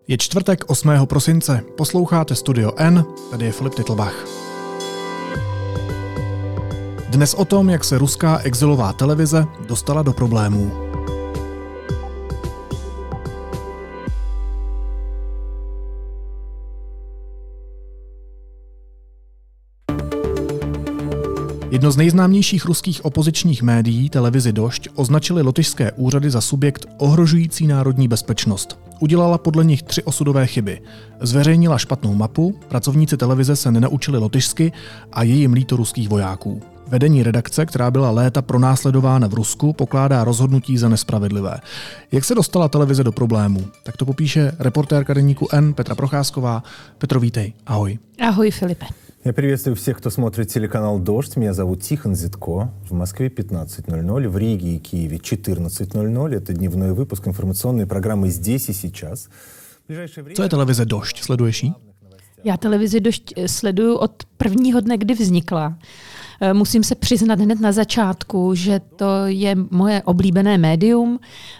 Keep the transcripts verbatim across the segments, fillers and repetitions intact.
Je čtvrtek osmého prosince, posloucháte Studio N, tady je Filip Titlbach. Dnes o tom, jak se ruská exilová televize dostala do problémů. Jedno z nejznámějších ruských opozičních médií, televizi Došť, označili lotyšské úřady za subjekt ohrožující národní bezpečnost. Udělala podle nich tři osudové chyby. Zveřejnila špatnou mapu, pracovníci televize se nenaučili lotyšsky a je jim líto ruských vojáků. Vedení redakce, která byla léta pronásledována v Rusku, pokládá rozhodnutí za nespravedlivé. Jak se dostala televize do problému? Tak to popíše reportérka deníku N Petra Procházková. Petro, vítej. Ahoj. Ahoj, Filipe. Я приветствую всех, кто смотрит телеканал «Дождь». Меня зовут Тихон Зитко. В Москве пятнадцать ноль ноль, в Риге и Киеве четырнадцать ноль ноль. Это дневной выпуск информационной программы «Здесь и сейчас». Co je televize Došť? Sleduješ ji? Já televizi Došť sleduju od prvního dne, kdy vznikla. Musím se přiznat hned na začátku, že to je moje oblíbené médium,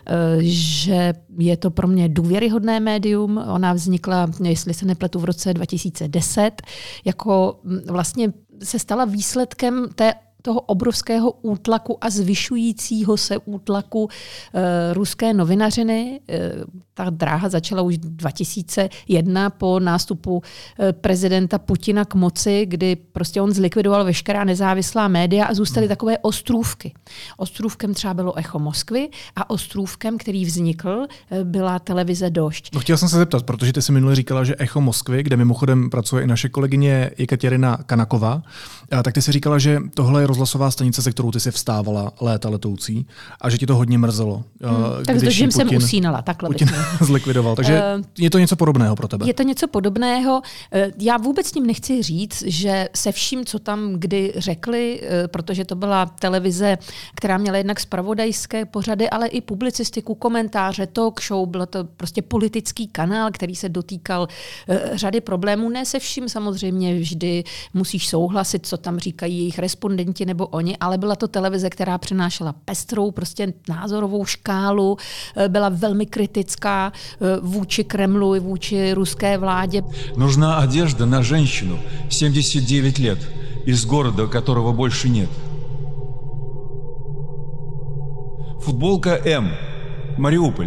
že je to pro mě důvěryhodné médium. Ona vznikla, jestli se nepletu, v roce dva tisíce deset, jako vlastně se stala výsledkem té toho obrovského útlaku a zvyšujícího se útlaku e, ruské novinařiny. E, ta dráha začala už dva tisíce jedna po nástupu e, prezidenta Putina k moci, kdy prostě on zlikvidoval veškerá nezávislá média a zůstaly takové ostrůvky. Ostrůvkem třeba bylo Echo Moskvy a ostrůvkem, který vznikl, e, byla televize Došť. No, chtěl jsem se zeptat, protože ty jsi minule říkala, že Echo Moskvy, kde mimochodem pracuje i naše kolegyně Jekaterina Kanaková, a tak ty jsi říkala, že tohle je rozhlasová stanice, se kterou ty si vstávala léta letoucí a že ti to hodně mrzelo. Hmm, tak s Doždem jsem usínala, takhle Putin zlikvidoval. Takže uh, je to něco podobného pro tebe? Je to něco podobného. Já vůbec s ním nechci říct, že se vším, co tam kdy řekli, protože to byla televize, která měla jednak zpravodajské pořady, ale i publicistiku, komentáře, talk show, byl to prostě politický kanál, který se dotýkal řady problémů. Ne se vším samozřejmě vždy musíš souhlasit, co tam říkají jejich respondenti nebo oni, ale byla to televize, která přinášela pestrou, prostě názorovou škálu, byla velmi kritická vůči Kremlu i vůči ruské vládě. Нужна одежда на женщину семьдесят девять лет из города, которого больше нет. Футболка М, Мариуполь.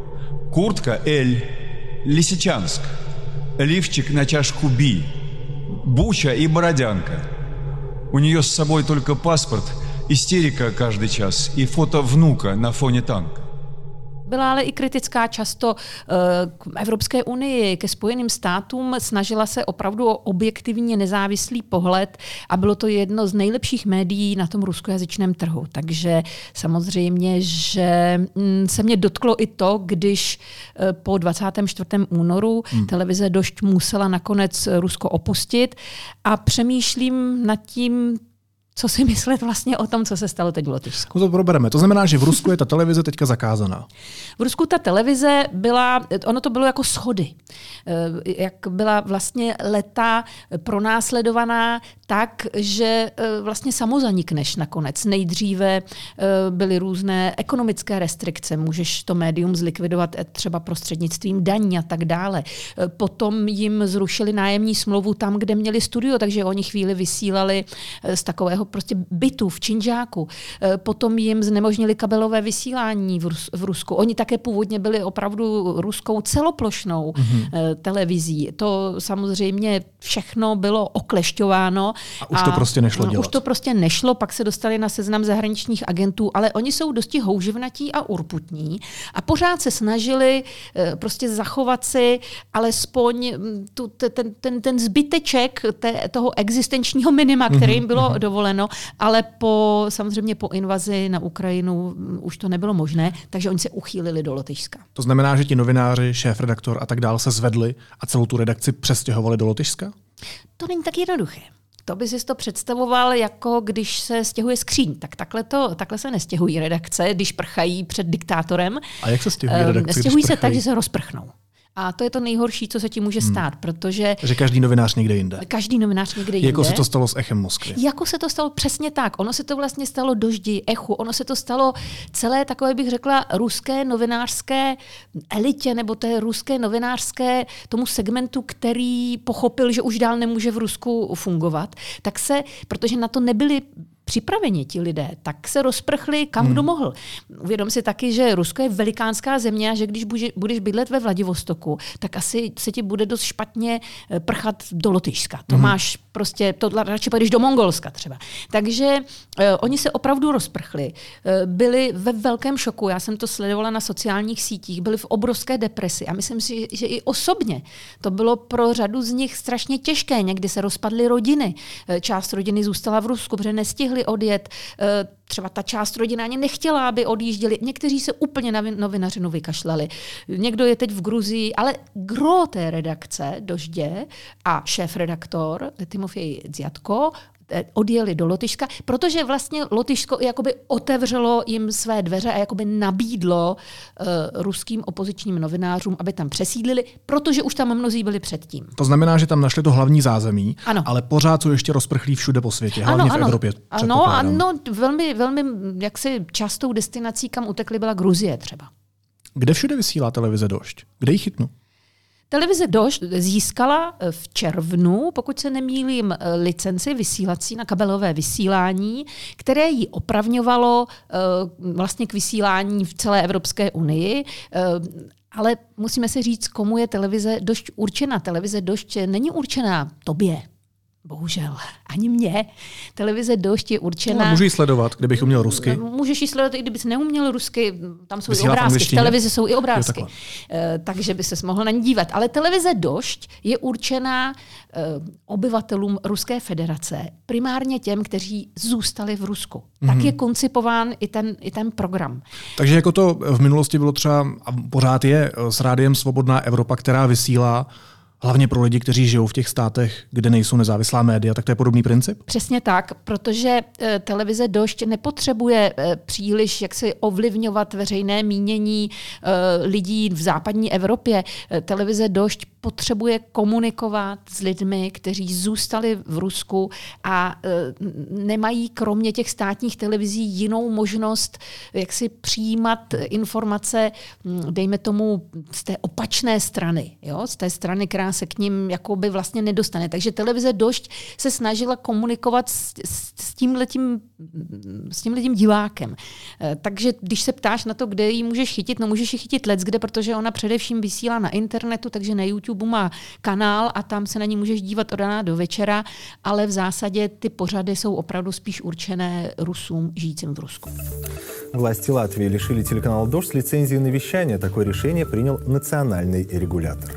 Куртка Л, Лисичанск. Лифчик на чашку Б, Буча и Бородянка. У нее с собой только паспорт, истерика каждый час и фото внука на фоне танка. Byla ale i kritická často k Evropské unii, ke Spojeným státům, snažila se opravdu o objektivně nezávislý pohled a bylo to jedno z nejlepších médií na tom ruskojazyčném trhu. Takže samozřejmě, že se mě dotklo i to, když po dvacátého čtvrtého únoru hmm. televize Došť musela nakonec Rusko opustit a přemýšlím nad tím, co si myslet vlastně o tom, co se stalo teď v Lotyšsku. No to probereme. To znamená, že v Rusku je ta televize teďka zakázaná. V Rusku ta televize byla, ono to bylo jako schody. Jak byla vlastně leta pronásledovaná tak, že vlastně samozanikneš nakonec. Nejdříve byly různé ekonomické restrikce. Můžeš to médium zlikvidovat třeba prostřednictvím daní a tak dále. Potom jim zrušili nájemní smlouvu tam, kde měli studio, takže oni chvíli vysílali z takového prostě bytu v Činžáku. Potom jim znemožnili kabelové vysílání v, Rus- v Rusku. Oni také původně byli opravdu ruskou celoplošnou mm-hmm. televizí. To samozřejmě všechno bylo oklešťováno. A už a to prostě nešlo dělat. Už to prostě nešlo, pak se dostali na seznam zahraničních agentů, ale oni jsou dosti houževnatí a urputní a pořád se snažili prostě zachovat si alespoň tu, ten, ten, ten zbyteček té, toho existenčního minima, které jim bylo mm-hmm. dovoleno. Ale po, samozřejmě po invazi na Ukrajinu už to nebylo možné, takže oni se uchýlili do Lotyšska. To znamená, že ti novináři, šéfredaktor a tak dále se zvedli a celou tu redakci přestěhovali do Lotyšska? To není tak jednoduché. To by si to představoval, jako když se stěhuje skříň. Tak takhle, to, takhle se nestěhují redakce, když prchají před diktátorem. A jak se stěhují redakce, Stěhují když se prchají? tak, že se rozprchnou. A to je to nejhorší, co se ti může stát, hmm. protože... Že každý novinář někde jinde. Každý novinář někde jinde. Jako se to stalo s Echem Moskvy. Jako se to stalo přesně tak. Ono se to vlastně stalo Doždi, Echu, ono se to stalo celé takové, bych řekla, ruské novinářské elitě, nebo té ruské novinářské tomu segmentu, který pochopil, že už dál nemůže v Rusku fungovat. Tak se, protože na to nebyli připraveni ti lidé, tak se rozprchli kam hmm. kdo mohl. Uvědom si taky, že Rusko je velikánská země a že když budeš bydlet ve Vladivostoku, tak asi se ti bude dost špatně prchat do Lotyšska. To hmm. máš prostě, to radši pojedeš do Mongolska třeba. Takže eh, oni se opravdu rozprchli. Eh, byli ve velkém šoku, já jsem to sledovala na sociálních sítích, byli v obrovské depresi a myslím si, že i osobně to bylo pro řadu z nich strašně těžké. Někdy se rozpadly rodiny. Eh, část rodiny zůstala v Rusku, protože nestihli odjet. Třeba ta část rodiny ani nechtěla, aby odjížděli. Někteří se úplně na novinařinu vykašlali. Někdo je teď v Gruzii, ale gro té redakce Doždě a šéf-redaktor Timofej Dziatko odjeli do Lotyšska, protože vlastně Lotyšsko jakoby otevřelo jim své dveře a jakoby nabídlo uh, ruským opozičním novinářům, aby tam přesídlili, protože už tam mnozí byli předtím. To znamená, že tam našli to hlavní zázemí, ano. ale pořád jsou ještě rozprchlí všude po světě, hlavně ano, v ano. Evropě. Ano, ano, velmi, velmi jaksi častou destinací, kam utekli, byla Gruzie třeba. Kde všude vysílá televize Dožď? Kde ji chytnu? Televize Dožď získala v červnu, pokud se nemýlím, licenci vysílací na kabelové vysílání, které ji opravňovalo vlastně k vysílání v celé Evropské unii. Ale musíme si říct, komu je televize Dožď určena. Televize Dožď není určená tobě. Bohužel. Ani mě. Televize Dožď je určená... No, můžu ji sledovat, kdybych uměl rusky. Můžeš ji sledovat, i kdybys neuměl rusky. Tam jsou Vysílá i obrázky. V televizi jsou i obrázky. Jo, e, takže by ses mohl na ní dívat. Ale televize Dožď je určená e, obyvatelům Ruské federace. Primárně těm, kteří zůstali v Rusku. Mm-hmm. Tak je koncipován i ten, i ten program. Takže jako to v minulosti bylo třeba, a pořád je s rádiem Svobodná Evropa, která vysílá hlavně pro lidi, kteří žijou v těch státech, kde nejsou nezávislá média, tak to je podobný princip? Přesně tak, protože e, televize Dožď nepotřebuje e, příliš jaksi ovlivňovat veřejné mínění e, lidí v západní Evropě. E, televize Dožď potřebuje komunikovat s lidmi, kteří zůstali v Rusku a e, nemají kromě těch státních televizí jinou možnost, jak si přijímat informace, dejme tomu, z té opačné strany, jo? Z té strany, která se k ním jakoby vlastně nedostane. Takže televize Dožď se snažila komunikovat s, s, s tímhletím, s tímhletím divákem. E, takže když se ptáš na to, kde ji můžeš chytit, no můžeš ji chytit leckde, protože ona především vysílá na internetu, takže na YouTube má kanál a tam se na ní můžeš dívat od rána do večera, ale v zásadě ty pořady jsou opravdu spíš určené Rusům žijícím v Rusku. Власти Латвии лишили телеканал «Дождь» лицензии на вещание. Такое решение принял национальный регулятор.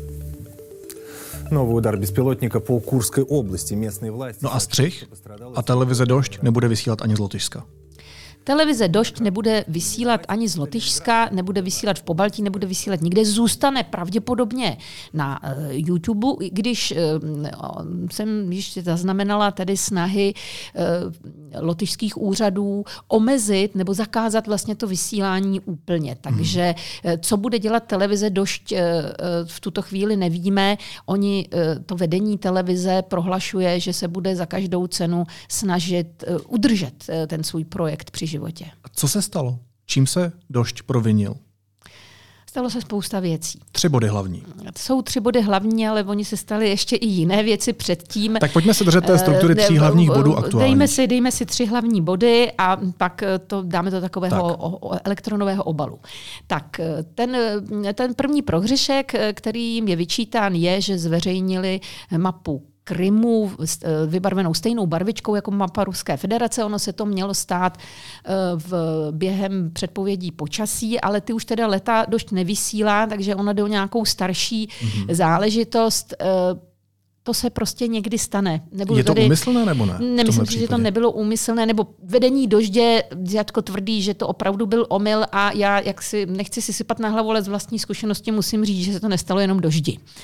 Новый удар беспилотника по Курской области. Местные власти... No a střih? A televize Dožď nebude vysílat ani z Lotyšska. Televize Dožď nebude vysílat ani z Lotyšska, nebude vysílat v Pobaltí, nebude vysílat nikde. Zůstane pravděpodobně na uh, YouTube, i když uh, jsem již zaznamenala tady snahy uh, lotyšských úřadů omezit nebo zakázat vlastně to vysílání úplně. Takže uh, co bude dělat televize Dožď, uh, v tuto chvíli nevíme. Oni, uh, to vedení televize prohlašuje, že se bude za každou cenu snažit uh, udržet uh, ten svůj projekt při životě. A co se stalo? Čím se Dožď provinil? Stalo se spousta věcí. Tři body hlavní. Jsou tři body hlavní, ale oni se staly ještě i jiné věci předtím. Tak pojďme se držet té struktury tří hlavních bodů aktuálně. Dejme si, dejme si tři hlavní body a pak to dáme do takového tak. o, o, elektronového obalu. Tak ten, ten první prohřešek, který jim je vyčítán, je, že zveřejnili mapu Krymu vybarvenou stejnou barvičkou jako mapa Ruské federace. Ono se to mělo stát v během předpovědí počasí, ale ty už teda leta Dožď nevysílá, takže ona jde o nějakou starší mm-hmm. záležitost. To se prostě někdy stane. Nebudu je to tady, úmyslné nebo ne? Nemyslím si, že to nebylo úmyslné, nebo vedení Doždě Dziatko tvrdí, že to opravdu byl omyl a já jak si, nechci si sypat na hlavu, ale z vlastní zkušenosti musím říct, že se to nestalo jenom Doždi.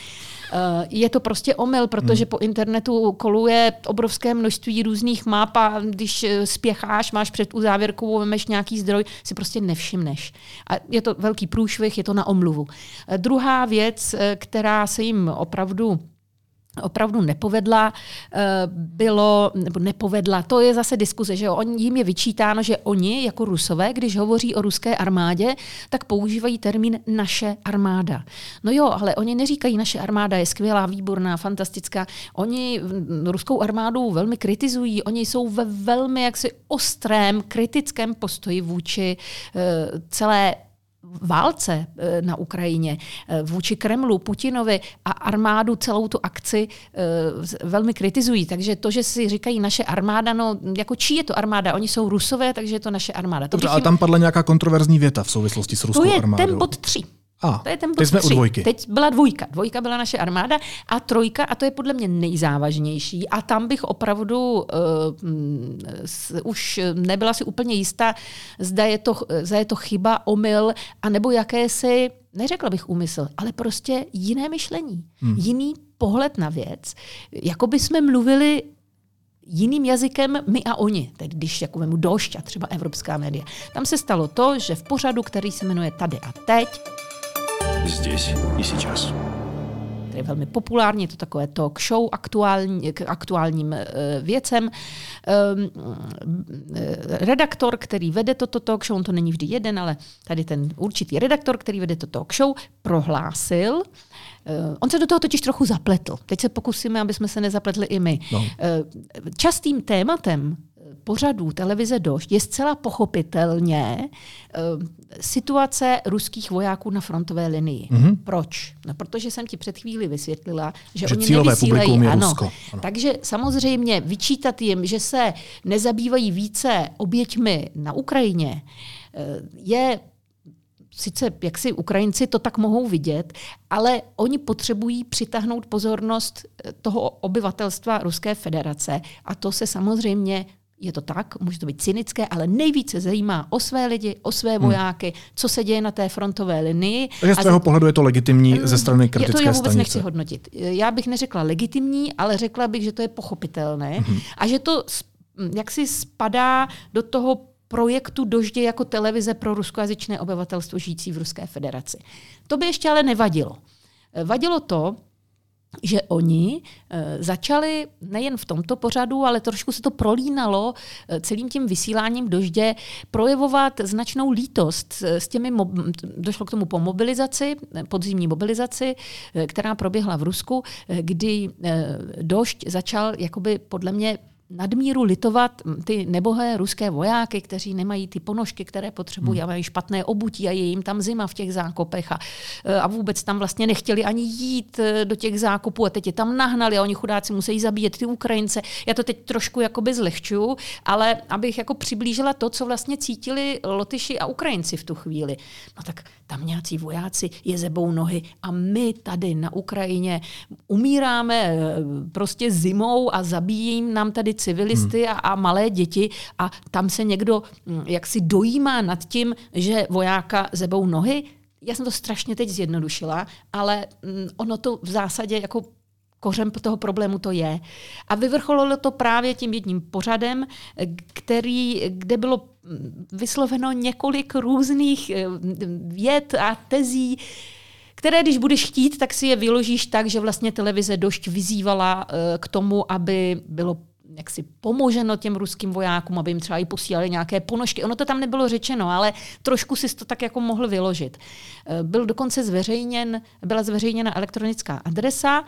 Je to prostě omyl, protože po internetu koluje obrovské množství různých map a když spěcháš, máš před uzávěrkou, vemeš nějaký zdroj, si prostě nevšimneš. A je to velký průšvih, je to na omluvu. Druhá věc, která se jim opravdu opravdu nepovedla, bylo, nebo nepovedla, to je zase diskuze, že on, jim je vyčítáno, že oni jako Rusové, když hovoří o ruské armádě, tak používají termín naše armáda. No jo, ale oni neříkají naše armáda je skvělá, výborná, fantastická. Oni ruskou armádu velmi kritizují, oni jsou ve velmi jaksi ostrém, kritickém postoji vůči uh, celé válce na Ukrajině, vůči Kremlu, Putinovi a armádu celou tu akci velmi kritizují. Takže to, že si říkají naše armáda, no jako čí je to armáda? Oni jsou Rusové, takže je to naše armáda. To Dobře, ale tam padla nějaká kontroverzní věta v souvislosti s ruskou armádou. To je ten bod tři. A, to je ten bod teď jsme tři. u dvojky. Teď byla dvojka. Dvojka byla naše armáda a trojka, a to je podle mě nejzávažnější. A tam bych opravdu uh, s, už nebyla si úplně jistá, zda je to, zda je to chyba, omyl, anebo jakési, neřekla bych úmysl, ale prostě jiné myšlení. Hmm. Jiný pohled na věc. Jako by jsme mluvili jiným jazykem my a oni, tedy když jako vemu Došť a třeba evropská média. Tam se stalo to, že v pořadu, který se jmenuje Tady a teď, Здесь и сейчас. To je velmi populární, je to takové talk show aktuální, k aktuálním e, věcem. E, e, redaktor, který vede toto talk show, on to není vždy jeden, ale tady ten určitý redaktor, který vede toto talk show, prohlásil, e, on se do toho totiž trochu zapletl. Teď se pokusíme, aby jsme se nezapletli i my. No. E, častým tématem pořadů televize Došť je zcela pochopitelně uh, situace ruských vojáků na frontové linii. Mm-hmm. Proč? No, protože jsem ti před chvíli vysvětlila, že, že oni nevysílají. Ano. Rusko. Ano. Takže samozřejmě vyčítat jim, že se nezabývají více oběťmi na Ukrajině, uh, je sice jak si Ukrajinci to tak mohou vidět, ale oni potřebují přitáhnout pozornost toho obyvatelstva Ruské federace a to se samozřejmě je to tak, může to být cynické, ale nejvíce zajímá o své lidi, o své vojáky, hmm. co se děje na té frontové linii. Takže z tvého pohledu je to legitimní ze strany kritické stanice. To já vůbec stanice. nechci hodnotit. Já bych neřekla legitimní, ale řekla bych, že to je pochopitelné hmm. a že to jaksi spadá do toho projektu Doždě jako televize pro ruskojazyčné obyvatelstvo žijící v Ruské federaci. To by ještě ale nevadilo. Vadilo to, že oni e, začali nejen v tomto pořadu, ale trošku se to prolínalo e, celým tím vysíláním Doždě, projevovat značnou lítost s těmi, mob- došlo k tomu po mobilizaci, podzimní mobilizaci, e, která proběhla v Rusku, e, kdy e, Dožď začal jakoby podle mě nadmíru litovat ty nebohé ruské vojáky, kteří nemají ty ponožky, které potřebují, hmm. a mají špatné obutí a je jim tam zima v těch zákopech a, a vůbec tam vlastně nechtěli ani jít do těch zákopů a teď je tam nahnali a oni chudáci musí zabíjet ty Ukrajince. Já to teď trošku jakoby zlehčuju, ale abych jako přiblížila to, co vlastně cítili Lotyši a Ukrajinci v tu chvíli. No tak tam nějací vojáci jezebou nohy a my tady na Ukrajině umíráme prostě zimou a zabíjí nám tady civilisty a, a malé děti a tam se někdo jaksi dojímá nad tím, že vojáka zebou nohy. Já jsem to strašně teď zjednodušila, ale ono to v zásadě jako kořen toho problému to je. A vyvrcholilo to právě tím jedním pořadem, který, kde bylo vysloveno několik různých vět a tezí, které, když budeš chtít, tak si je vyložíš tak, že vlastně televize Došť vyzývala k tomu, aby bylo jak si pomoženo těm ruským vojákům, aby jim třeba i posílali nějaké ponožky. Ono to tam nebylo řečeno, ale trošku si to tak jako mohl vyložit. Byl dokonce zveřejněn, byla zveřejněna elektronická adresa,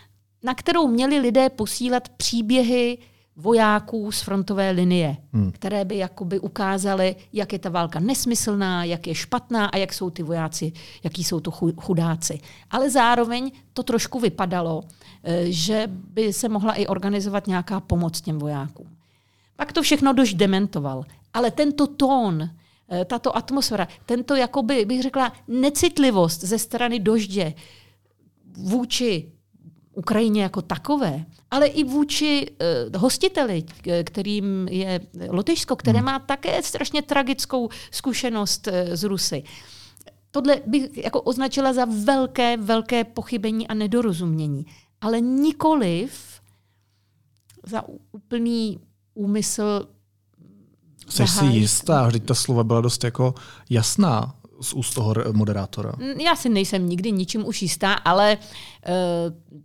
na kterou měli lidé posílat příběhy vojáků z frontové linie, hmm. které by jakoby ukázaly, jak je ta válka nesmyslná, jak je špatná a jak jsou ty vojáci, jaký jsou to chudáci. Ale zároveň to trošku vypadalo, že by se mohla i organizovat nějaká pomoc těm vojákům. Pak to všechno Dožď dementoval. Ale tento tón, tato atmosféra, tento jakoby, bych řekla, necitlivost ze strany Doždě vůči Ukrajině jako takové, ale i vůči uh, hostiteli, kterým je Lotyšsko, které má také strašně tragickou zkušenost uh, z Rusy. tohle bych jako označila za velké, velké pochybení a nedorozumění. Ale nikoliv za úplný úmysl. Jsi si jistá, že ta slova byla dost jako jasná z úst toho moderátora. Já si nejsem nikdy ničím už jistá, ale uh,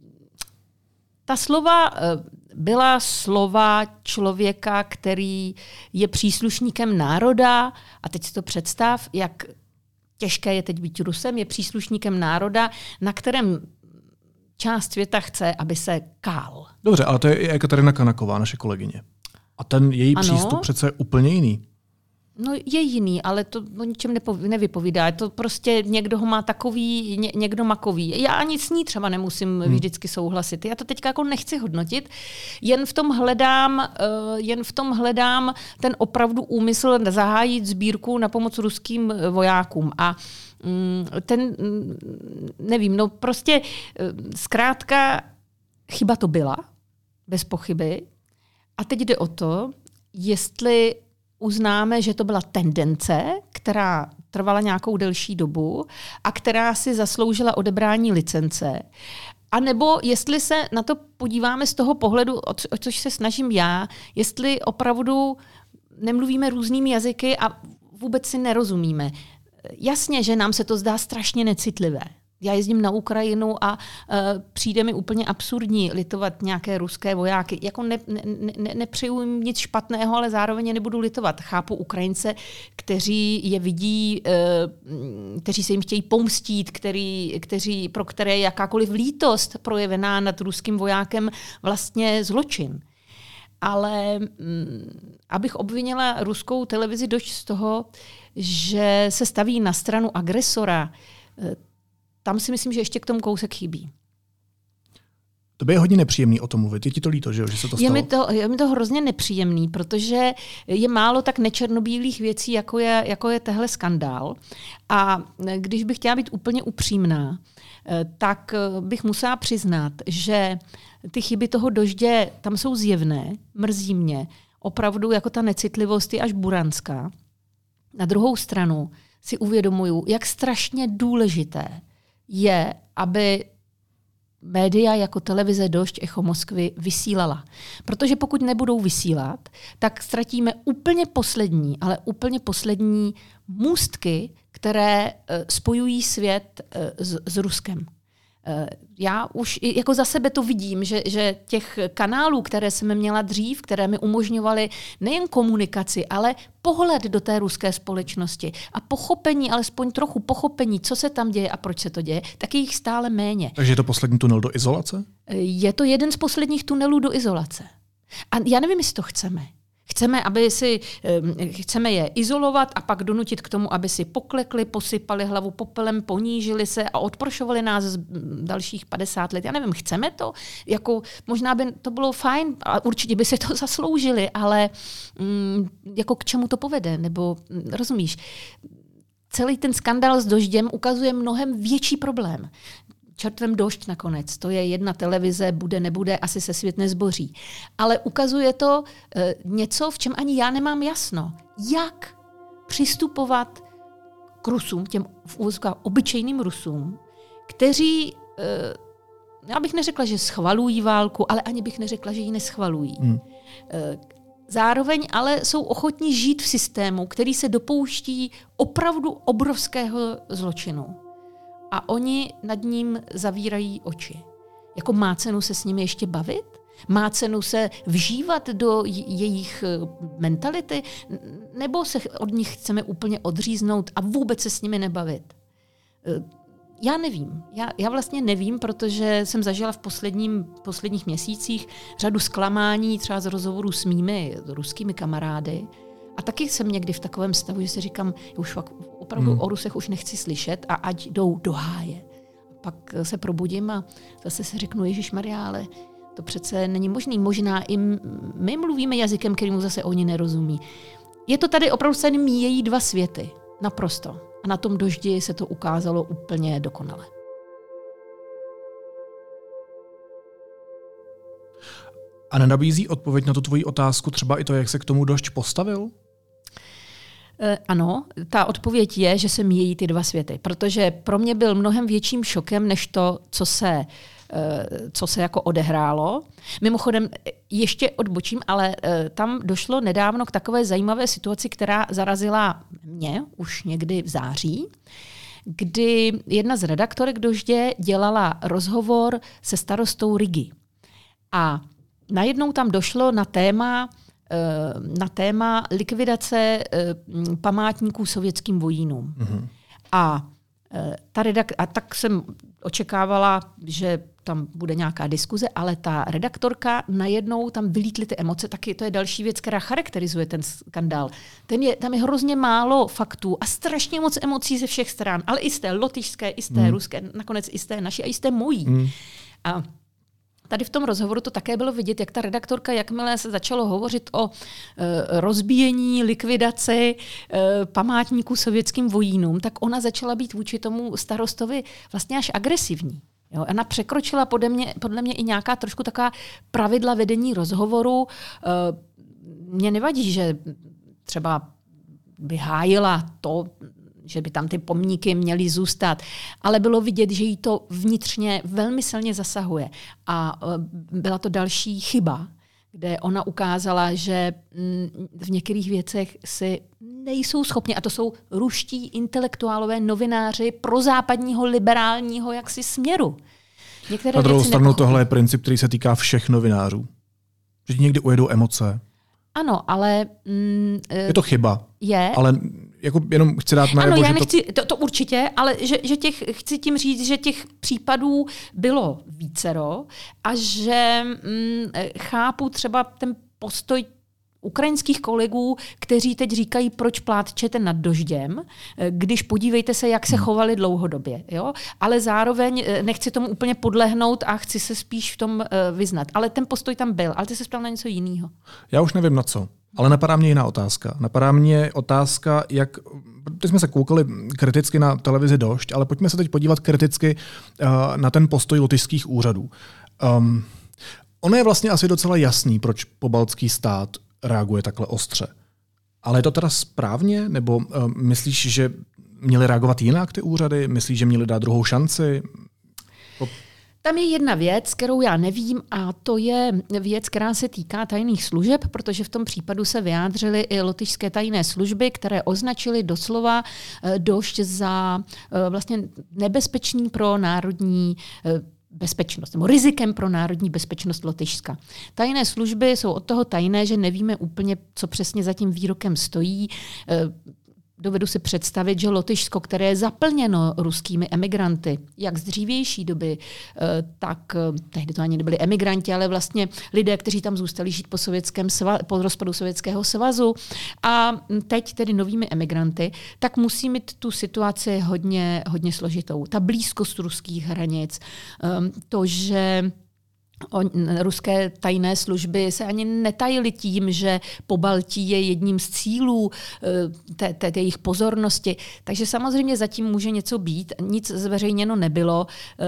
ta slova uh, byla slova člověka, který je příslušníkem národa, a teď si to představ, jak těžké je teď být Rusem, je příslušníkem národa, na kterém část světa chce, aby se kál. Dobře, ale to je Ekaterina Kanaková, naše kolegyně. A ten její ano. přístup přece je úplně jiný. No je jiný, ale to o ničem nevypovídá. Je to prostě někdo ho má takový, ně, někdo makový. Já ani s ní třeba nemusím hmm. vždycky souhlasit. Já to teďka jako nechci hodnotit. Jen v tom hledám, uh, jen v tom hledám ten opravdu úmysl zahájit sbírku na pomoc ruským vojákům. A um, ten, nevím, no prostě uh, zkrátka chyba to byla, bez pochyby. A teď jde o to, jestli uznáme, že to byla tendence, která trvala nějakou delší dobu a která si zasloužila odebrání licence. A nebo jestli se na to podíváme z toho pohledu, o což se snažím já, jestli opravdu nemluvíme různými jazyky a vůbec si nerozumíme. Jasně, že nám se to zdá strašně necitlivé. Já jezdím na Ukrajinu a uh, přijde mi úplně absurdní litovat nějaké ruské vojáky. Jako ne, ne, ne, nepřeju jim nic špatného, ale zároveň je nebudu litovat. Chápu Ukrajince, kteří je vidí, uh, kteří se jim chtějí pomstít, který, kteří, pro které je jakákoliv lítost projevená nad ruským vojákem vlastně zločin. Ale um, abych obvinila ruskou televizi dost z toho, že se staví na stranu agresora, uh, tam si myslím, že ještě k tomu kousek chybí. To by je hodně nepříjemný o tom mluvit. Je ti to líto, že, že se to stalo? Je mi to, je mi to hrozně nepříjemný, protože je málo tak nečernobílých věcí, jako je, jako je tehle skandál. A když bych chtěla být úplně upřímná, tak bych musela přiznat, že ty chyby toho Doždě tam jsou zjevné, mrzí mě. Opravdu jako ta necitlivost je až buranská. Na druhou stranu si uvědomuju, jak strašně důležité je, aby média jako televize Došť, Echo Moskvy vysílala. Protože pokud nebudou vysílat, tak ztratíme úplně poslední, ale úplně poslední můstky, které spojují svět s, s Ruskem. Já už jako za sebe to vidím, že, že těch kanálů, které jsem měla dřív, které mi umožňovaly nejen komunikaci, ale pohled do té ruské společnosti a pochopení, alespoň trochu pochopení, co se tam děje a proč se to děje, tak je jich stále méně. Takže je to poslední tunel do izolace? Je to jeden z posledních tunelů do izolace. A já nevím, jestli to chceme. Chceme, aby si, chceme je izolovat a pak donutit k tomu, aby si poklekli, posypali hlavu popelem, ponížili se a odprošovali nás z dalších padesát let. Já nevím, chceme to? Jako, možná by to bylo fajn a určitě by se to zasloužili, ale mm, jako k čemu to povede? Nebo rozumíš? Celý ten skandál s Dožděm ukazuje mnohem větší problém. Čertvem Došť nakonec. To je jedna televize, bude, nebude, asi se svět nezboří. Ale ukazuje to e, něco, v čem ani já nemám jasno. Jak přistupovat k Rusům, těm v úvozovkách obyčejným Rusům, kteří, e, já bych neřekla, že schvalují válku, ale ani bych neřekla, že ji neschvalují. Hmm. E, zároveň ale jsou ochotní žít v systému, který se dopouští opravdu obrovského zločinu. A oni nad ním zavírají oči. Jako má cenu se s nimi ještě bavit? Má cenu se vžívat do jejich mentality? Nebo se od nich chceme úplně odříznout a vůbec se s nimi nebavit? Já nevím. Já, já vlastně nevím, protože jsem zažila v posledním, posledních měsících řadu zklamání třeba z rozhovorů s mými ruskými kamarády. A taky jsem někdy v takovém stavu, že si říkám, už fakt opravdu hmm. o Rusech už nechci slyšet a ať jdou do háje. A pak se probudím a zase si řeknu, ježišmarja, ale to přece není možný. Možná i my mluvíme jazykem, kterému zase oni nerozumí. Je to tady opravdu se míjejí dva světy. Naprosto. A na tom Doždi se to ukázalo úplně dokonale. A nenabízí odpověď na tu tvoji otázku třeba i to, jak se k tomu Došť postavil? Ano, ta odpověď je, že se míjejí ty dva světy, protože pro mě byl mnohem větším šokem, než to, co se, co se jako odehrálo. Mimochodem, ještě odbočím, ale tam došlo nedávno k takové zajímavé situaci, která zarazila mě už někdy v září, kdy jedna z redaktorek Doždě dělala rozhovor se starostou Rigy. A najednou tam došlo na téma na téma likvidace památníků sovětským vojínům. Mm-hmm. A, ta redak- a tak jsem očekávala, že tam bude nějaká diskuze, ale ta redaktorka najednou tam vylítly ty emoce, taky to je další věc, která charakterizuje ten skandál. Ten je, tam je hrozně málo faktů a strašně moc emocí ze všech stran, ale i z té lotyšské, i z té mm. ruské, nakonec i z té naší a i z té mojí. Mm. A tady v tom rozhovoru to také bylo vidět, jak ta redaktorka, jakmile se začalo hovořit o e, rozbíjení, likvidaci e, památníků sovětským vojínům, tak ona začala být vůči tomu starostovi vlastně až agresivní. Jo, ona překročila podle mě, podle mě i nějaká trošku taková pravidla vedení rozhovoru. E, mně nevadí, že třeba by hájila to, že by tam ty pomníky měly zůstat. Ale bylo vidět, že jí to vnitřně velmi silně zasahuje. A byla to další chyba, kde ona ukázala, že v některých věcech si nejsou schopni, a to jsou ruští intelektuálové novináři prozápadního liberálního jaksi směru. Některé Na druhou stranu tohle je princip, který se týká všech novinářů. Že někdy ujedou emoce. Ano, ale... Mm, je to chyba. Je. Ale jako jenom chci dát najevo, ano, já že nechci, to... To, to určitě, ale že, že těch, chci tím říct, že těch případů bylo vícero a že mm, chápu třeba ten postoj ukrajinských kolegů, kteří teď říkají, proč pláčete nad Dožděm, když podívejte se, jak se chovali dlouhodobě. Jo? Ale zároveň nechci tomu úplně podlehnout a chci se spíš v tom vyznat. Ale ten postoj tam byl. Ale ty se ptal na něco jiného. Já už nevím na co. Ale napadá mě jiná otázka. Napadá mě otázka, jak... Teď jsme se koukali kriticky na televizi Došť, ale pojďme se teď podívat kriticky uh, na ten postoj lotyšských úřadů. Um, ono je vlastně asi docela jasný, proč pobaltský stát reaguje takhle ostře. Ale je to teda správně? Nebo uh, myslíš, že měli reagovat jinak ty úřady? Myslíš, že měli dát druhou šanci? To... Tam je jedna věc, kterou já nevím, a to je věc, která se týká tajných služeb, protože v tom případu se vyjádřily i lotyšské tajné služby, které označily doslova Došť za vlastně nebezpečný pro národní bezpečnost, nebo rizikem pro národní bezpečnost Lotyšska. Tajné služby jsou od toho tajné, že nevíme úplně, co přesně za tím výrokem stojí. Dovedu si představit, že Lotyšsko, které je zaplněno ruskými emigranty, jak z dřívější doby, tak tehdy to ani nebyli emigranti, ale vlastně lidé, kteří tam zůstali žít po, sovětském sva, po rozpadu Sovětského svazu a teď tedy novými emigranty, tak musí mít tu situaci hodně, hodně složitou. Ta blízkost ruských hranic, to, že O, ruské tajné služby se ani netajily tím, že Pobaltí je jedním z cílů té, té, té jejich pozornosti. Takže samozřejmě zatím může něco být. Nic zveřejněno nebylo.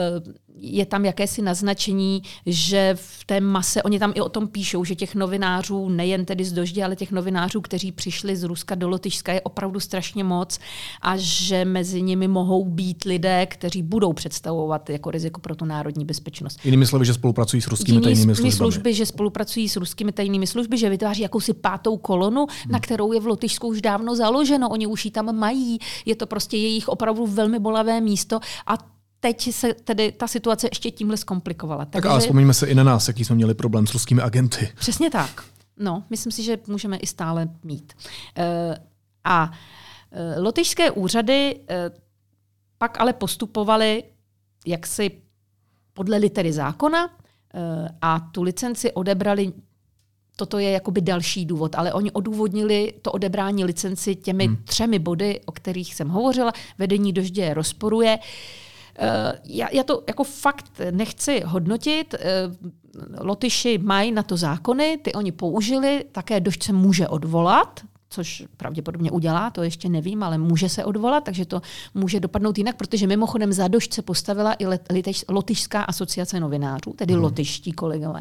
Je tam jakési naznačení, že v té mase, oni tam i o tom píšou, že těch novinářů, nejen tedy z Doždě, ale těch novinářů, kteří přišli z Ruska do Lotyšska, je opravdu strašně moc a že mezi nimi mohou být lidé, kteří budou představovat jako riziko pro tu národní bezpečnost. Jinými slovy, že spolupracují s ruskými Jiný tajnými službami. služby, že spolupracují s ruskými tajnými služby, že vytváří jakousi pátou kolonu, hmm. na kterou je v Lotyšsku už dávno založeno. Oni už ji tam mají. Je to prostě jejich opravdu velmi bolavé místo a teď se tedy ta situace ještě tímhle zkomplikovala. Tak Takže... ale vzpomeňme se i na nás, jaký jsme měli problém s ruskými agenty. Přesně tak. No, myslím si, že můžeme i stále mít. E, a e, lotyšské úřady e, pak ale postupovaly jaksi podle litery zákona e, a tu licenci odebrali. Toto je jakoby další důvod, ale oni odůvodnili to odebrání licenci těmi hmm. třemi body, o kterých jsem hovořila. Vedení Doždě rozporuje. Já, já to jako fakt nechci hodnotit. Lotyši mají na to zákony, ty oni použili, také Dožď se může odvolat, což pravděpodobně udělá, to ještě nevím, ale může se odvolat, takže to může dopadnout jinak, protože mimochodem za Dožď se postavila i Lotyšská asociace novinářů, tedy hmm. lotyští kolegové.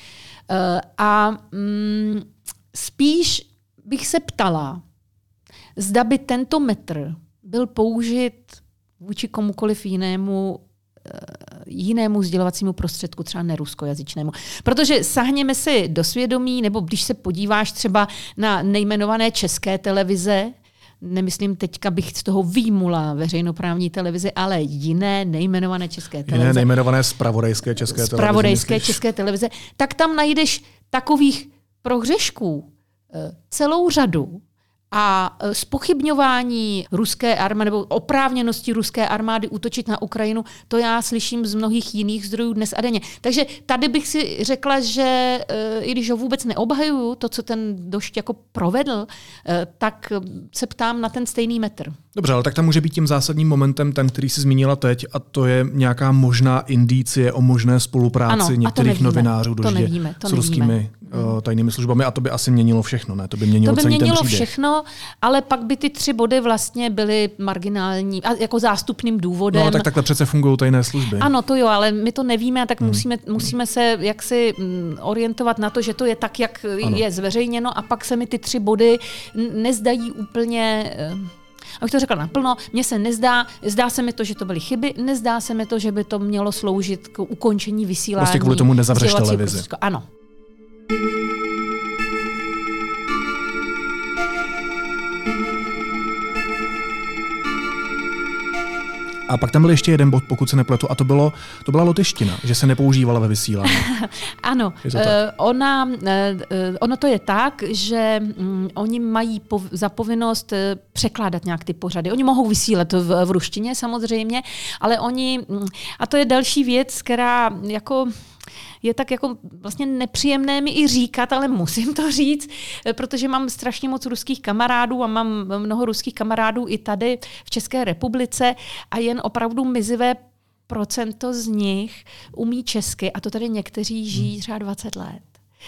A mm, spíš bych se ptala, zda by tento metr byl použit vůči komukoliv jinému jinému sdělovacímu prostředku, třeba neruskojazyčnému. Protože sahněme si do svědomí, nebo když se podíváš třeba na nejmenované české televize, nemyslím teďka bych z toho výjimula veřejnoprávní televizi, ale jiné nejmenované české televize. Jiné nejmenované zpravodajské české televize. Zpravodajské české televize. Tak tam najdeš takových prohřešků celou řadu a zpochybňování ruské armády nebo oprávněnosti ruské armády útočit na Ukrajinu, to já slyším z mnohých jiných zdrojů dnes a denně. Takže tady bych si řekla, že i když ho vůbec neobhajuju, to, co ten Došť jako provedl, tak se ptám na ten stejný metr. Dobře, ale tak tam může být tím zásadním momentem ten, který jsi zmínila teď, a to je nějaká možná indicie o možné spolupráci ano, některých nevíme, novinářů Doždě nevíme, s ruskými uh, tajnými službami, a to by asi měnilo všechno, ne? To by měnilo, to by celý měnilo ten příběh. všechno, ale pak by ty tři body vlastně byly marginální a jako zástupným důvodem. No, tak takhle přece fungují tajné služby. Ano, to jo, ale my to nevíme, a tak hmm. musíme, musíme se jaksi orientovat na to, že to je tak, jak ano. je zveřejněno, a pak se mi ty tři body nezdají úplně... Abych to řekla naplno, mně se nezdá, zdá se mi to, že to byly chyby, nezdá se mi to, že by to mělo sloužit k ukončení vysílání. Prostě kvůli tomu nezavřeš televizi. Ano. A pak tam byl ještě jeden bod, pokud se nepletu, a to, bylo, to byla lotyština, že se nepoužívala ve vysílání. Ano, uh, ona, uh, ono to je tak, že um, oni mají pov, za povinnost uh, překládat nějak ty pořady. Oni mohou vysílat v, v ruštině samozřejmě, ale oni, um, a to je další věc, která jako... je tak jako vlastně nepříjemné mi i říkat, ale musím to říct, protože mám strašně moc ruských kamarádů a mám mnoho ruských kamarádů i tady v České republice a jen opravdu mizivé procento z nich umí česky, a to tady někteří žijí třeba dvacet let.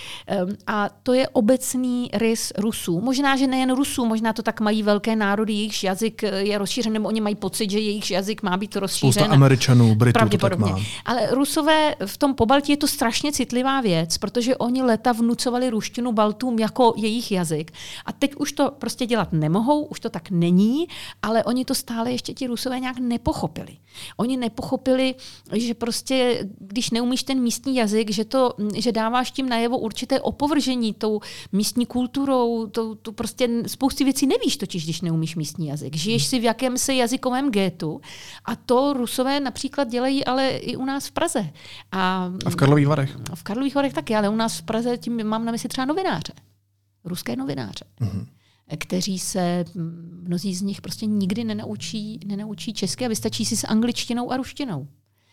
A to je obecný rys Rusů. Možná, že nejen Rusů, možná to tak mají velké národy, jejichž jazyk je rozšířen, nebo oni mají pocit, že jejich jazyk má být rozšířen. Spousta Američanů, Britů to tak má. Ale Rusové v tom Pobaltí je to strašně citlivá věc, protože oni leta vnucovali ruštinu Baltům jako jejich jazyk. A teď už to prostě dělat nemohou, už to tak není, ale oni to stále ještě ti Rusové nějak nepochopili. Oni nepochopili, že prostě, když neumíš ten místní jazyk, že, to, že dáváš tím najevo určité opovržení tou místní kulturou, to, to prostě spousty věcí nevíš totiž, když neumíš místní jazyk. Žiješ si v jakémsi jazykovém gétu a to Rusové například dělají ale i u nás v Praze. A, a v Karlových Varech. V Karlových Varech taky, ale u nás v Praze tím mám na mysli třeba novináře. Ruské novináře. Mm-hmm. Kteří se, mnozí z nich prostě nikdy nenaučí, nenaučí česky a vystačí si s angličtinou a ruštinou.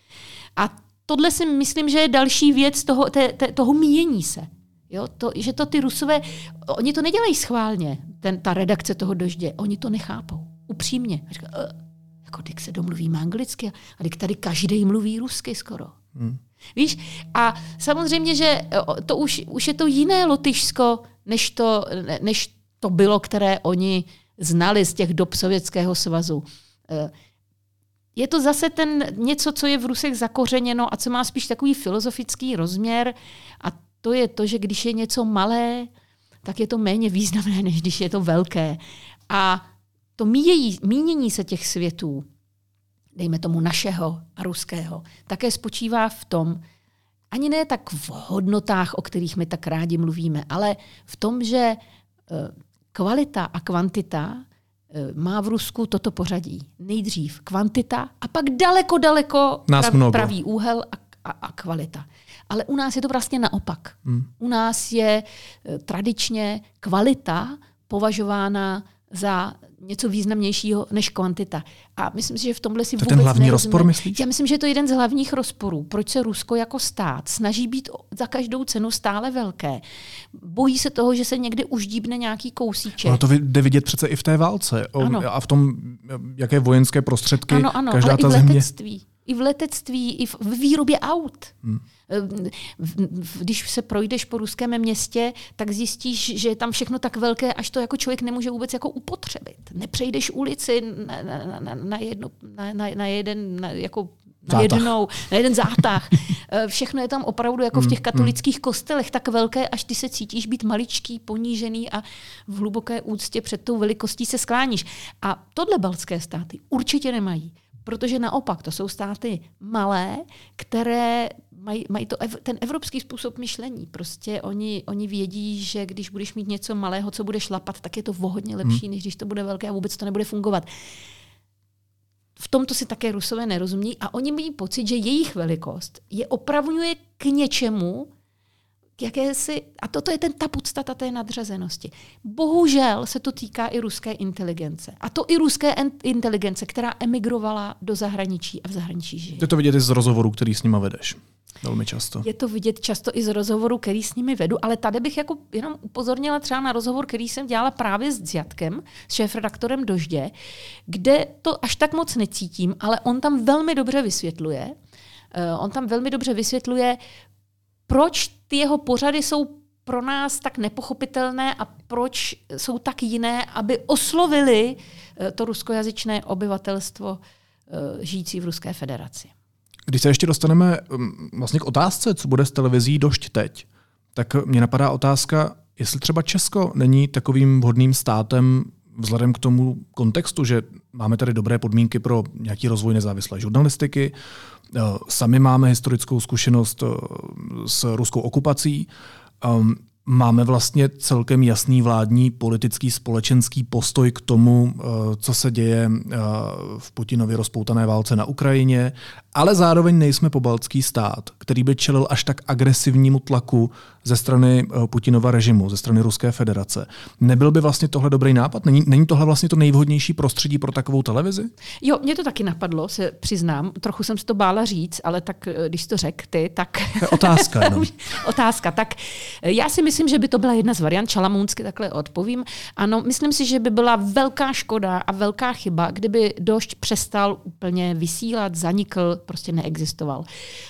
A tohle si myslím, že je další věc toho, te, te, toho míjení se. Jo? To, že to ty Rusové, oni to nedělají schválně, ten, ta redakce toho Doždě, oni to nechápou. Upřímně. A říká, jako když se domluvíme anglicky, a když tady každý mluví rusky skoro. Hmm. Víš? A samozřejmě, že to už, už je to jiné Lotyšsko, než to, než to bylo, které oni znali z těch dob Sovětského svazu. Je to zase ten něco, co je v Rusech zakořeněno a co má spíš takový filozofický rozměr, a to je to, že když je něco malé, tak je to méně významné, než když je to velké. A to míjejí, mínění se těch světů, dejme tomu našeho a ruského, také spočívá v tom, ani ne tak v hodnotách, o kterých my tak rádi mluvíme, ale v tom, že kvalita a kvantita má v Rusku toto pořadí. Nejdřív kvantita a pak daleko, daleko prav, pravý úhel a, a, a kvalita. Ale u nás je to vlastně naopak. Hmm. U nás je tradičně kvalita považována za něco významnějšího než kvantita. A myslím si, že v tomhle si to vůbec ten hlavní nerozumím. rozpor, myslíš? Já myslím, že to je jeden z hlavních rozporů. Proč se Rusko jako stát snaží být za každou cenu stále velké? Bojí se toho, že se někdy uždíbne nějaký kousíček. Ono to jde vidět přece i v té válce. Ano. A v tom, jaké vojenské prostředky ano, ano, každá ale ta i v země... letectví. I v letectví, i v výrobě aut. Hmm. Když se projdeš po ruském městě, tak zjistíš, že je tam všechno tak velké, až to jako člověk nemůže vůbec jako upotřebit. Nepřejdeš ulici na, na, na, na, jedno, na, na jeden, na, jako na, jednou, na jeden zátah. Všechno je tam opravdu jako v těch katolických kostelech tak velké, až ty se cítíš být maličký, ponížený a v hluboké úctě před tou velikostí se skláníš. A tohle baltské státy určitě nemají. Protože naopak to jsou státy malé, které mají, mají to, ten evropský způsob myšlení. Prostě oni, oni vědí, že když budeš mít něco malého, co bude šlapat, tak je to o hodně lepší, hmm. než když to bude velké a vůbec to nebude fungovat. V tomto si také Rusové nerozumí a oni mají pocit, že jejich velikost je opravňuje k něčemu, jakési, a toto je ten ta podstata té nadřazenosti. Bohužel se to týká i ruské inteligence. A to i ruské inteligence, která emigrovala do zahraničí a v zahraničí žije. Je to vidět i z rozhovoru, který s nima vedeš. Velmi často. Je to vidět často i z rozhovoru, který s nimi vedu, ale tady bych jako jenom upozornila třeba na rozhovor, který jsem dělala právě s Dzjatkem, s šéfredaktorem Doždě, kde to až tak moc necítím, ale on tam velmi dobře vysvětluje, uh, on tam velmi dobře vysvětluje, proč ty jeho pořady jsou pro nás tak nepochopitelné a proč jsou tak jiné, aby oslovili to ruskojazyčné obyvatelstvo žijící v Ruské federaci. Když se ještě dostaneme vlastně k otázce, co bude s televizí Došť teď, tak mě napadá otázka, jestli třeba Česko není takovým vhodným státem vzhledem k tomu kontextu, že máme tady dobré podmínky pro nějaký rozvoj nezávislé žurnalistiky, sami máme historickou zkušenost s ruskou okupací, máme vlastně celkem jasný vládní politický společenský postoj k tomu, co se děje v Putinově rozpoutané válce na Ukrajině, ale zároveň nejsme pobaltský stát, který by čelil až tak agresivnímu tlaku ze strany Putinova režimu, ze strany Ruské federace. Nebyl by vlastně tohle dobrý nápad? Není, není tohle vlastně to nejvhodnější prostředí pro takovou televizi? Jo, mě to taky napadlo, se přiznám. Trochu jsem si to bála říct, ale tak když to řekl ty, tak... Otázka. No. Otázka. Tak já si myslím, že by to byla jedna z variant, šalamounsky takhle odpovím. Ano, myslím si, že by byla velká škoda a velká chyba, kdyby Došť přestal úplně vysílat, zanikl, prostě neexistoval.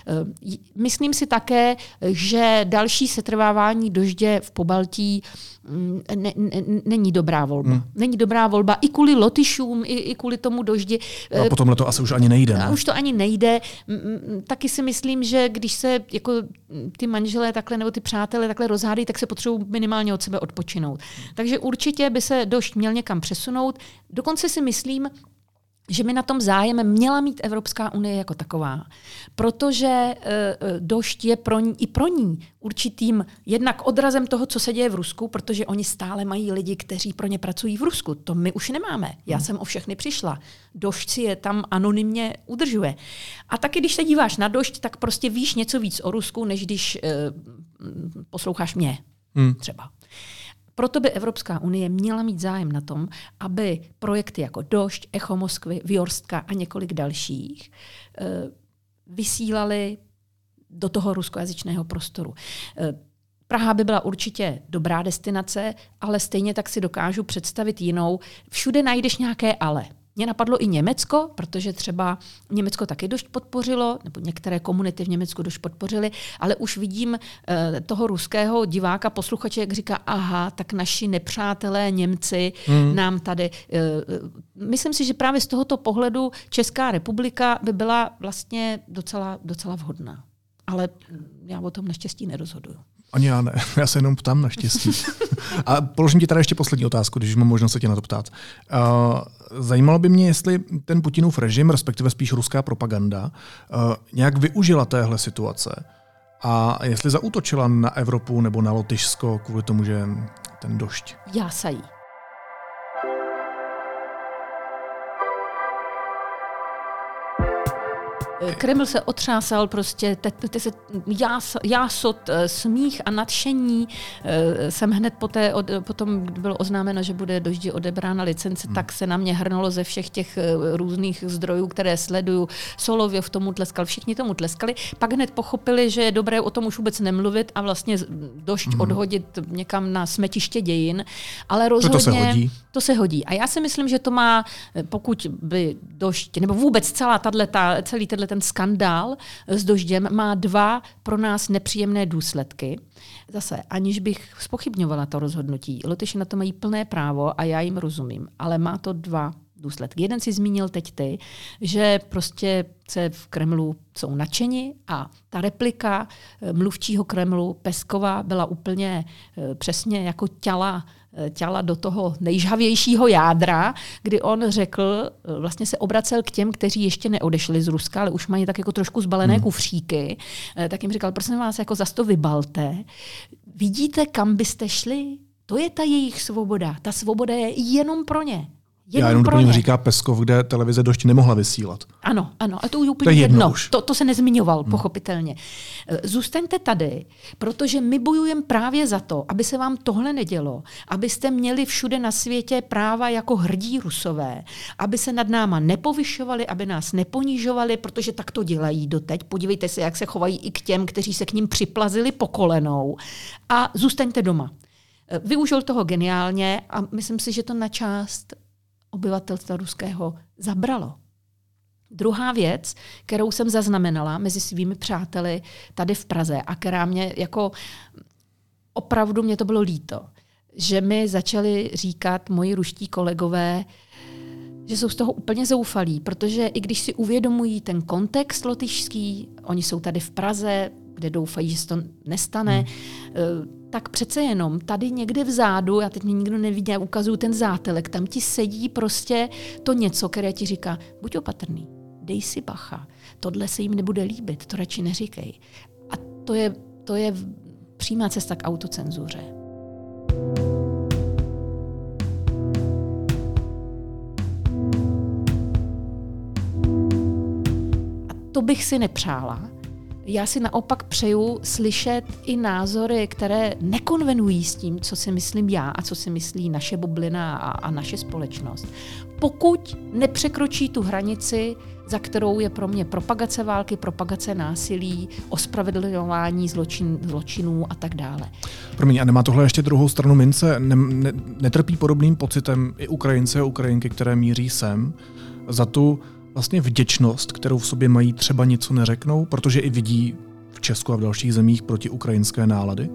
Myslím si také, že další setrvávání Doždě v Pobaltí ne, ne, není dobrá volba. Hmm. Není dobrá volba i kvůli Lotyšům, i, i kvůli tomu Doždi. No a potom to asi už ani nejde. Ne? Už to ani nejde. Taky si myslím, že když se jako ty manželé takhle nebo ty přátelé takhle rozhádají, tak se potřebují minimálně od sebe odpočinout. Takže určitě by se Došť měl někam přesunout. Dokonce si myslím, že by na tom zájem měla mít Evropská unie jako taková. Protože uh, Došť je pro ní, i pro ní určitým jednak odrazem toho, co se děje v Rusku, protože oni stále mají lidi, kteří pro ně pracují v Rusku. To my už nemáme. Já hmm. jsem o všechny přišla. Došť si je tam anonymně udržuje. A taky, když se díváš na Došť, tak prostě víš něco víc o Rusku, než když uh, posloucháš mě hmm. třeba. Proto by Evropská unie měla mít zájem na tom, aby projekty jako Došť, Echo Moskvy, Vjorstka a několik dalších vysílaly do toho ruskojazyčného prostoru. Praha by byla určitě dobrá destinace, ale stejně tak si dokážu představit jinou. Všude najdeš nějaké ale. Mně napadlo i Německo, protože třeba Německo taky Došť podpořilo, nebo některé komunity v Německu Došť podpořili, ale už vidím uh, toho ruského diváka, posluchače, jak říká, aha, tak naši nepřátelé Němci mm. nám tady... Uh, myslím si, že právě z tohoto pohledu Česká republika by byla vlastně docela, docela vhodná. Ale já o tom naštěstí nerozhoduju. Ani já ne, já se jenom ptám naštěstí. A položím ti tady ještě poslední otázku, když mám možnost se tě na to ptát. Uh, zajímalo by mě, jestli ten Putinův režim, respektive spíš ruská propaganda, uh, nějak využila téhle situace a jestli zaútočila na Evropu nebo na Lotyšsko kvůli tomu, že ten Došť. Jásají. Kreml se otřásal, prostě te, te se jás, jásot, smích a nadšení. Jsem hned poté, od, potom, kdy bylo oznámeno, že bude Doždi odebrána licence, hmm. tak se na mě hrnulo ze všech těch různých zdrojů, které sleduju. Solověv tomu tleskal, všichni tomu tleskali. Pak hned pochopili, že je dobré o tom už vůbec nemluvit a vlastně Došť hmm. odhodit někam na smetiště dějin. Ale rozhodně to se hodí. To se hodí. A já si myslím, že to má, pokud by Došť, nebo vůbec celá tato, celý tato ten skandál s Dožděm má dva pro nás nepříjemné důsledky. Zase, aniž bych zpochybňovala to rozhodnutí. Lotyši na to mají plné právo a já jim rozumím, ale má to dva důsledky. Jeden si zmínil teď ty, že prostě se v Kremlu jsou nadšeni a ta replika mluvčího Kremlu Peskova byla úplně přesně jako těla, těla do toho nejžhavějšího jádra, kdy on řekl, vlastně se obracel k těm, kteří ještě neodešli z Ruska, ale už mají tak jako trošku zbalené hmm. kufříky, tak jim říkal, prosím vás, jako zas to vybalte. Vidíte, kam byste šli? To je ta jejich svoboda. Ta svoboda je jenom pro ně. Jenom Já jenom doplním, říká Peskov, kde televize Došť nemohla vysílat. Ano, ano, a to je úplně to je jedno. jedno. To, to se nezmiňoval, hmm. pochopitelně. Zůstaňte tady, protože my bojujeme právě za to, aby se vám tohle nedělo, abyste měli všude na světě práva jako hrdí Rusové, aby se nad náma nepovyšovali, aby nás neponižovali, protože tak to dělají doteď. Podívejte se, jak se chovají i k těm, kteří se k ním připlazili po kolenou. A zůstaňte doma. Využil toho geniálně a myslím si, že to na část obyvatelstva ruského zabralo. Druhá věc, kterou jsem zaznamenala mezi svými přáteli tady v Praze a která mě jako opravdu mě to bylo líto, že mi začali říkat moji ruští kolegové, že jsou z toho úplně zoufalí, protože i když si uvědomují ten kontext lotyšský, oni jsou tady v Praze, kde doufají, že se to nestane, hmm. tak přece jenom tady někde vzadu, já teď mě nikdo nevidí, já ukazuju ten zátelek, tam ti sedí prostě to něco, které ti říká, buď opatrný, dej si bacha, tohle se jim nebude líbit, to radši neříkej. A to je, to je přímá cesta k autocenzuře. A to bych si nepřála. Já si naopak přeju slyšet i názory, které nekonvenují s tím, co si myslím já a co si myslí naše bublina a, a naše společnost. Pokud nepřekročí tu hranici, za kterou je pro mě propagace války, propagace násilí, ospravedlňování zločin, zločinů a tak dále. Promiň, a nemá tohle ještě druhou stranu mince? Ne, ne, netrpí podobným pocitem i Ukrajince a Ukrajinky, které míří sem, za tu vlastně vděčnost, kterou v sobě mají, třeba něco neřeknou, protože i vidí v Česku a v dalších zemích protiukrajinské nálady?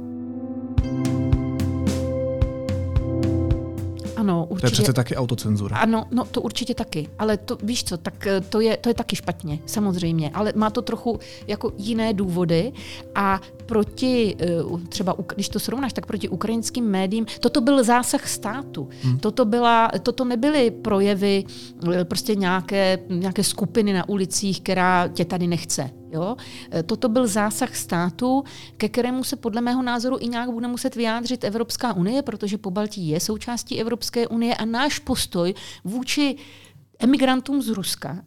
Ano, určitě. To je přece taky autocenzura. Ano, no to určitě taky, ale to víš co, tak to je, to je taky špatně, samozřejmě, ale má to trochu jako jiné důvody a proti, třeba když to srovnáš, tak proti ukrajinským médiím, toto byl zásah státu, hmm. toto, byla, toto nebyly projevy prostě nějaké, nějaké skupiny na ulicích, která tě tady nechce. Jo? Toto byl zásah státu, ke kterému se podle mého názoru i nějak bude muset vyjádřit Evropská unie, protože Pobaltí je součástí Evropské unie a náš postoj vůči emigrantům z Ruska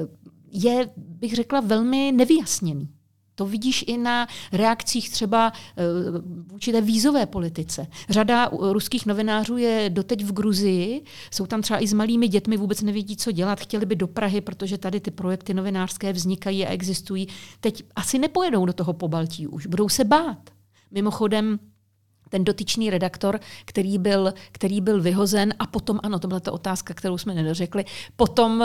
je, bych řekla, velmi nevyjasněný. To vidíš i na reakcích třeba vůči té vízové politice. Řada ruských novinářů je doteď v Gruzii, jsou tam třeba i s malými dětmi, vůbec nevědí, co dělat, chtěli by do Prahy, protože tady ty projekty novinářské vznikají a existují. Teď asi nepojedou do toho Pobaltí už, budou se bát. Mimochodem, ten dotyčný redaktor, který byl, který byl vyhozen a potom, ano, to byla ta otázka, kterou jsme nedořekli, potom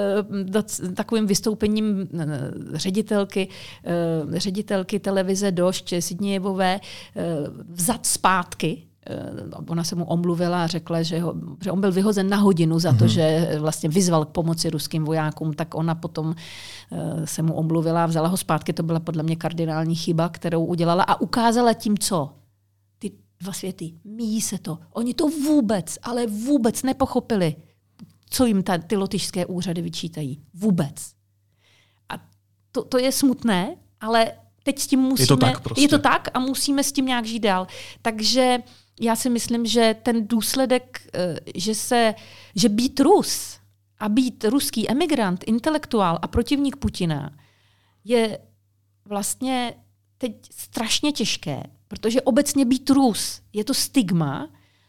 e, takovým vystoupením e, ředitelky, e, ředitelky televize Došť Sidnějevové e, vzat zpátky. E, ona se mu omluvila a řekla, že, ho, že on byl vyhozen na hodinu za to, mm-hmm. že vlastně vyzval k pomoci ruským vojákům, tak ona potom e, se mu omluvila a vzala ho zpátky. To byla podle mě kardinální chyba, kterou udělala a ukázala tím, co? Dva světy. Míjí se to. Oni to vůbec, ale vůbec nepochopili, co jim ta, ty lotyšské úřady vyčítají. Vůbec. A to, to je smutné, ale teď s tím musíme... Je to tak prostě. Je to tak a musíme s tím nějak žít dál. Takže já si myslím, že ten důsledek, že, se, že být Rus a být ruský emigrant, intelektuál a protivník Putina je vlastně teď strašně těžké, protože obecně být Rus je to stigma,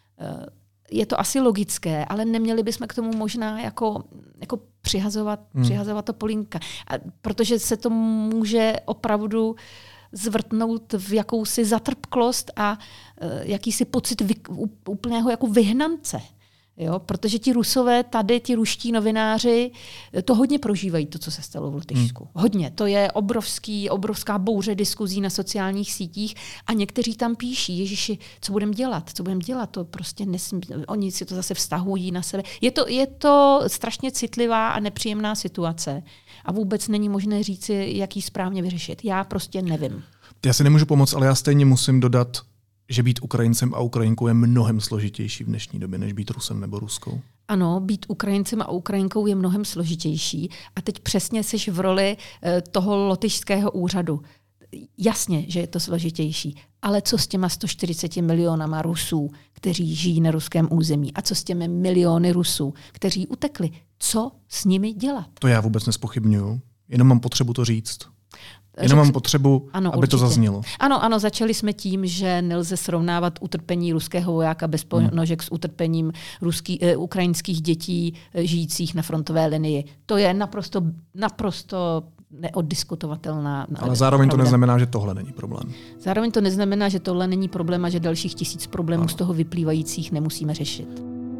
je to asi logické, ale neměli bychom k tomu možná jako, jako přihazovat, hmm. přihazovat to polínka. A protože se to může opravdu zvrtnout v jakousi zatrpklost a jakýsi pocit vy, úplného jako vyhnance. Jo, protože ti Rusové tady, ti ruští novináři, to hodně prožívají, to, co se stalo v Lotyšsku. Hmm. Hodně. To je obrovský, obrovská bouře diskuzí na sociálních sítích a někteří tam píší, Ježiši, co budeme dělat? Co budeme dělat? To prostě nesmí, oni si to zase vztahují na sebe. Je to, je to strašně citlivá a nepříjemná situace a vůbec není možné říci, jak ji správně vyřešit. Já prostě nevím. Já si nemůžu pomoct, ale já stejně musím dodat, že být Ukrajincem a Ukrajinkou je mnohem složitější v dnešní době, než být Rusem nebo Ruskou. Ano, být Ukrajincem a Ukrajinkou je mnohem složitější. A teď přesně jsi v roli toho lotyšského úřadu. Jasně, že je to složitější, ale co s těma sto čtyřiceti milionama Rusů, kteří žijí na ruském území? A co s těmi miliony Rusů, kteří utekli? Co s nimi dělat? To já vůbec nespochybňuju, jenom mám potřebu to říct. Jenom mám potřebu, ano, aby určitě. To zaznělo. Ano, ano, začali jsme tím, že nelze srovnávat utrpení ruského vojáka bez ponožek hmm. s utrpením ruský, eh, ukrajinských dětí eh, žijících na frontové linii. To je naprosto, naprosto neoddiskutovatelná. Ale zároveň pravda. To neznamená, že tohle není problém. Zároveň to neznamená, že tohle není problém a že dalších tisíc problémů ano. z toho vyplývajících nemusíme řešit.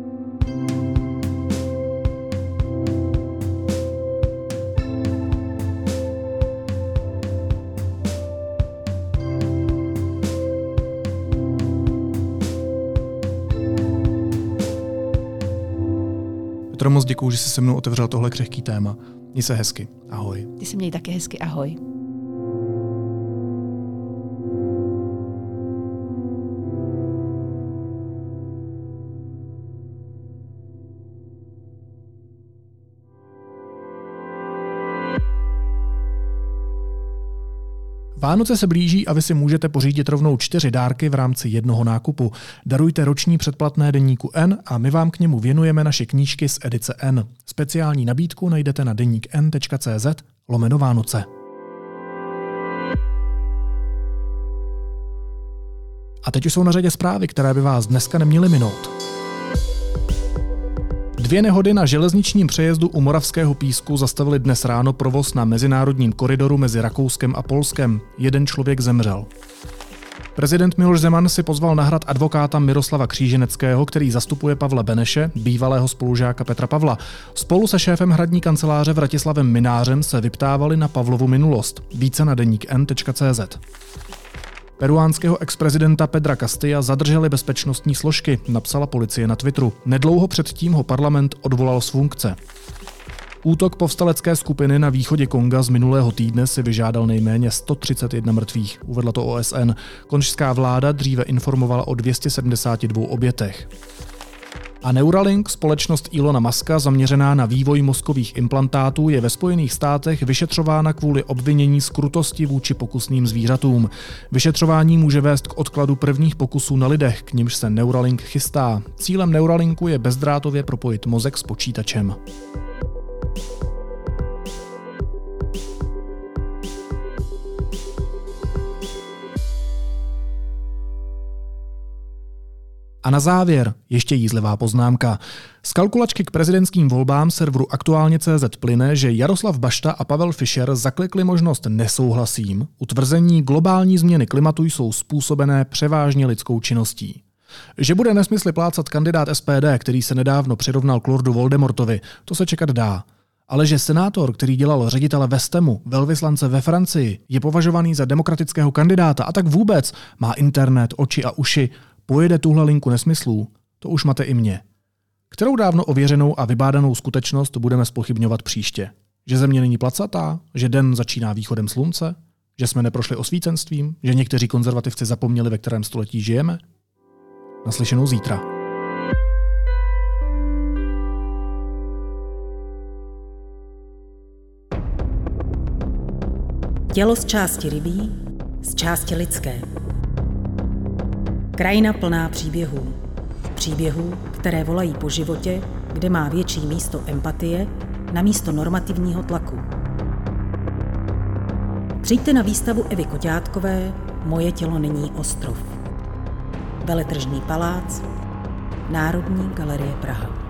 Petro, moc děkuju, že jsi se mnou otevřel tohle křehký téma. Měj se hezky. Ahoj. Ty se měj taky hezky. Ahoj. Vánoce se blíží a vy si můžete pořídit rovnou čtyři dárky v rámci jednoho nákupu. Darujte roční předplatné deníku N a my vám k němu věnujeme naše knížky z edice N. Speciální nabídku najdete na deník n tečka cé zet lomeno Vánoce. A teď už jsou na řadě zprávy, které by vás dneska neměly minout. Dvě nehody na železničním přejezdu u Moravského Písku zastavily dnes ráno provoz na mezinárodním koridoru mezi Rakouskem a Polskem. Jeden člověk zemřel. Prezident Miloš Zeman si pozval na hrad advokáta Miroslava Kříženeckého, který zastupuje Pavla Beneše, bývalého spolužáka Petra Pavla. Spolu se šéfem hradní kanceláře Vratislavem Minářem se vyptávali na Pavlovu minulost. Více na deník n tečka cé zet. Peruánského exprezidenta Pedra Castilla zadrželi bezpečnostní složky, napsala policie na Twitteru. Nedlouho předtím ho parlament odvolal z funkce. Útok povstalecké skupiny na východě Konga z minulého týdne si vyžádal nejméně sto třicet jedna mrtvých, uvedla to O S N. Konžská vláda dříve informovala o dvě stě sedmdesát dva obětech. A Neuralink, společnost Elona Muska zaměřená na vývoj mozkových implantátů, je ve Spojených státech vyšetřována kvůli obvinění z krutosti vůči pokusným zvířatům. Vyšetřování může vést k odkladu prvních pokusů na lidech, k nimž se Neuralink chystá. Cílem Neuralinku je bezdrátově propojit mozek s počítačem. A na závěr ještě jízlivá poznámka. Z kalkulačky k prezidentským volbám serveru Aktuálně tečka cé zet plyne, že Jaroslav Bašta a Pavel Fischer zaklikli možnost nesouhlasím. Utvrzení globální změny klimatu jsou způsobené převážně lidskou činností. Že bude nesmysly plácat kandidát S P D, který se nedávno přirovnal k lordu Voldemortovi, to se čekat dá. Ale že senátor, který dělal ředitele ve STEMu, velvyslance ve Francii, je považovaný za demokratického kandidáta a tak vůbec má internet, oči a uši, pojede tuhle linku nesmyslů, to už máte i mě. Kterou dávno ověřenou a vybádanou skutečnost budeme zpochybňovat příště? Že země není placatá? Že den začíná východem slunce? Že jsme neprošli osvícenstvím? Že někteří konzervativci zapomněli, ve kterém století žijeme? Naslyšenou zítra. Tělo z části rybí, z části lidské. Krajina plná příběhů. Příběhů, které volají po životě, kde má větší místo empatie na místo normativního tlaku. Přijďte na výstavu Evy Koťátkové Moje tělo není ostrov. Veletržní palác, Národní galerie Praha.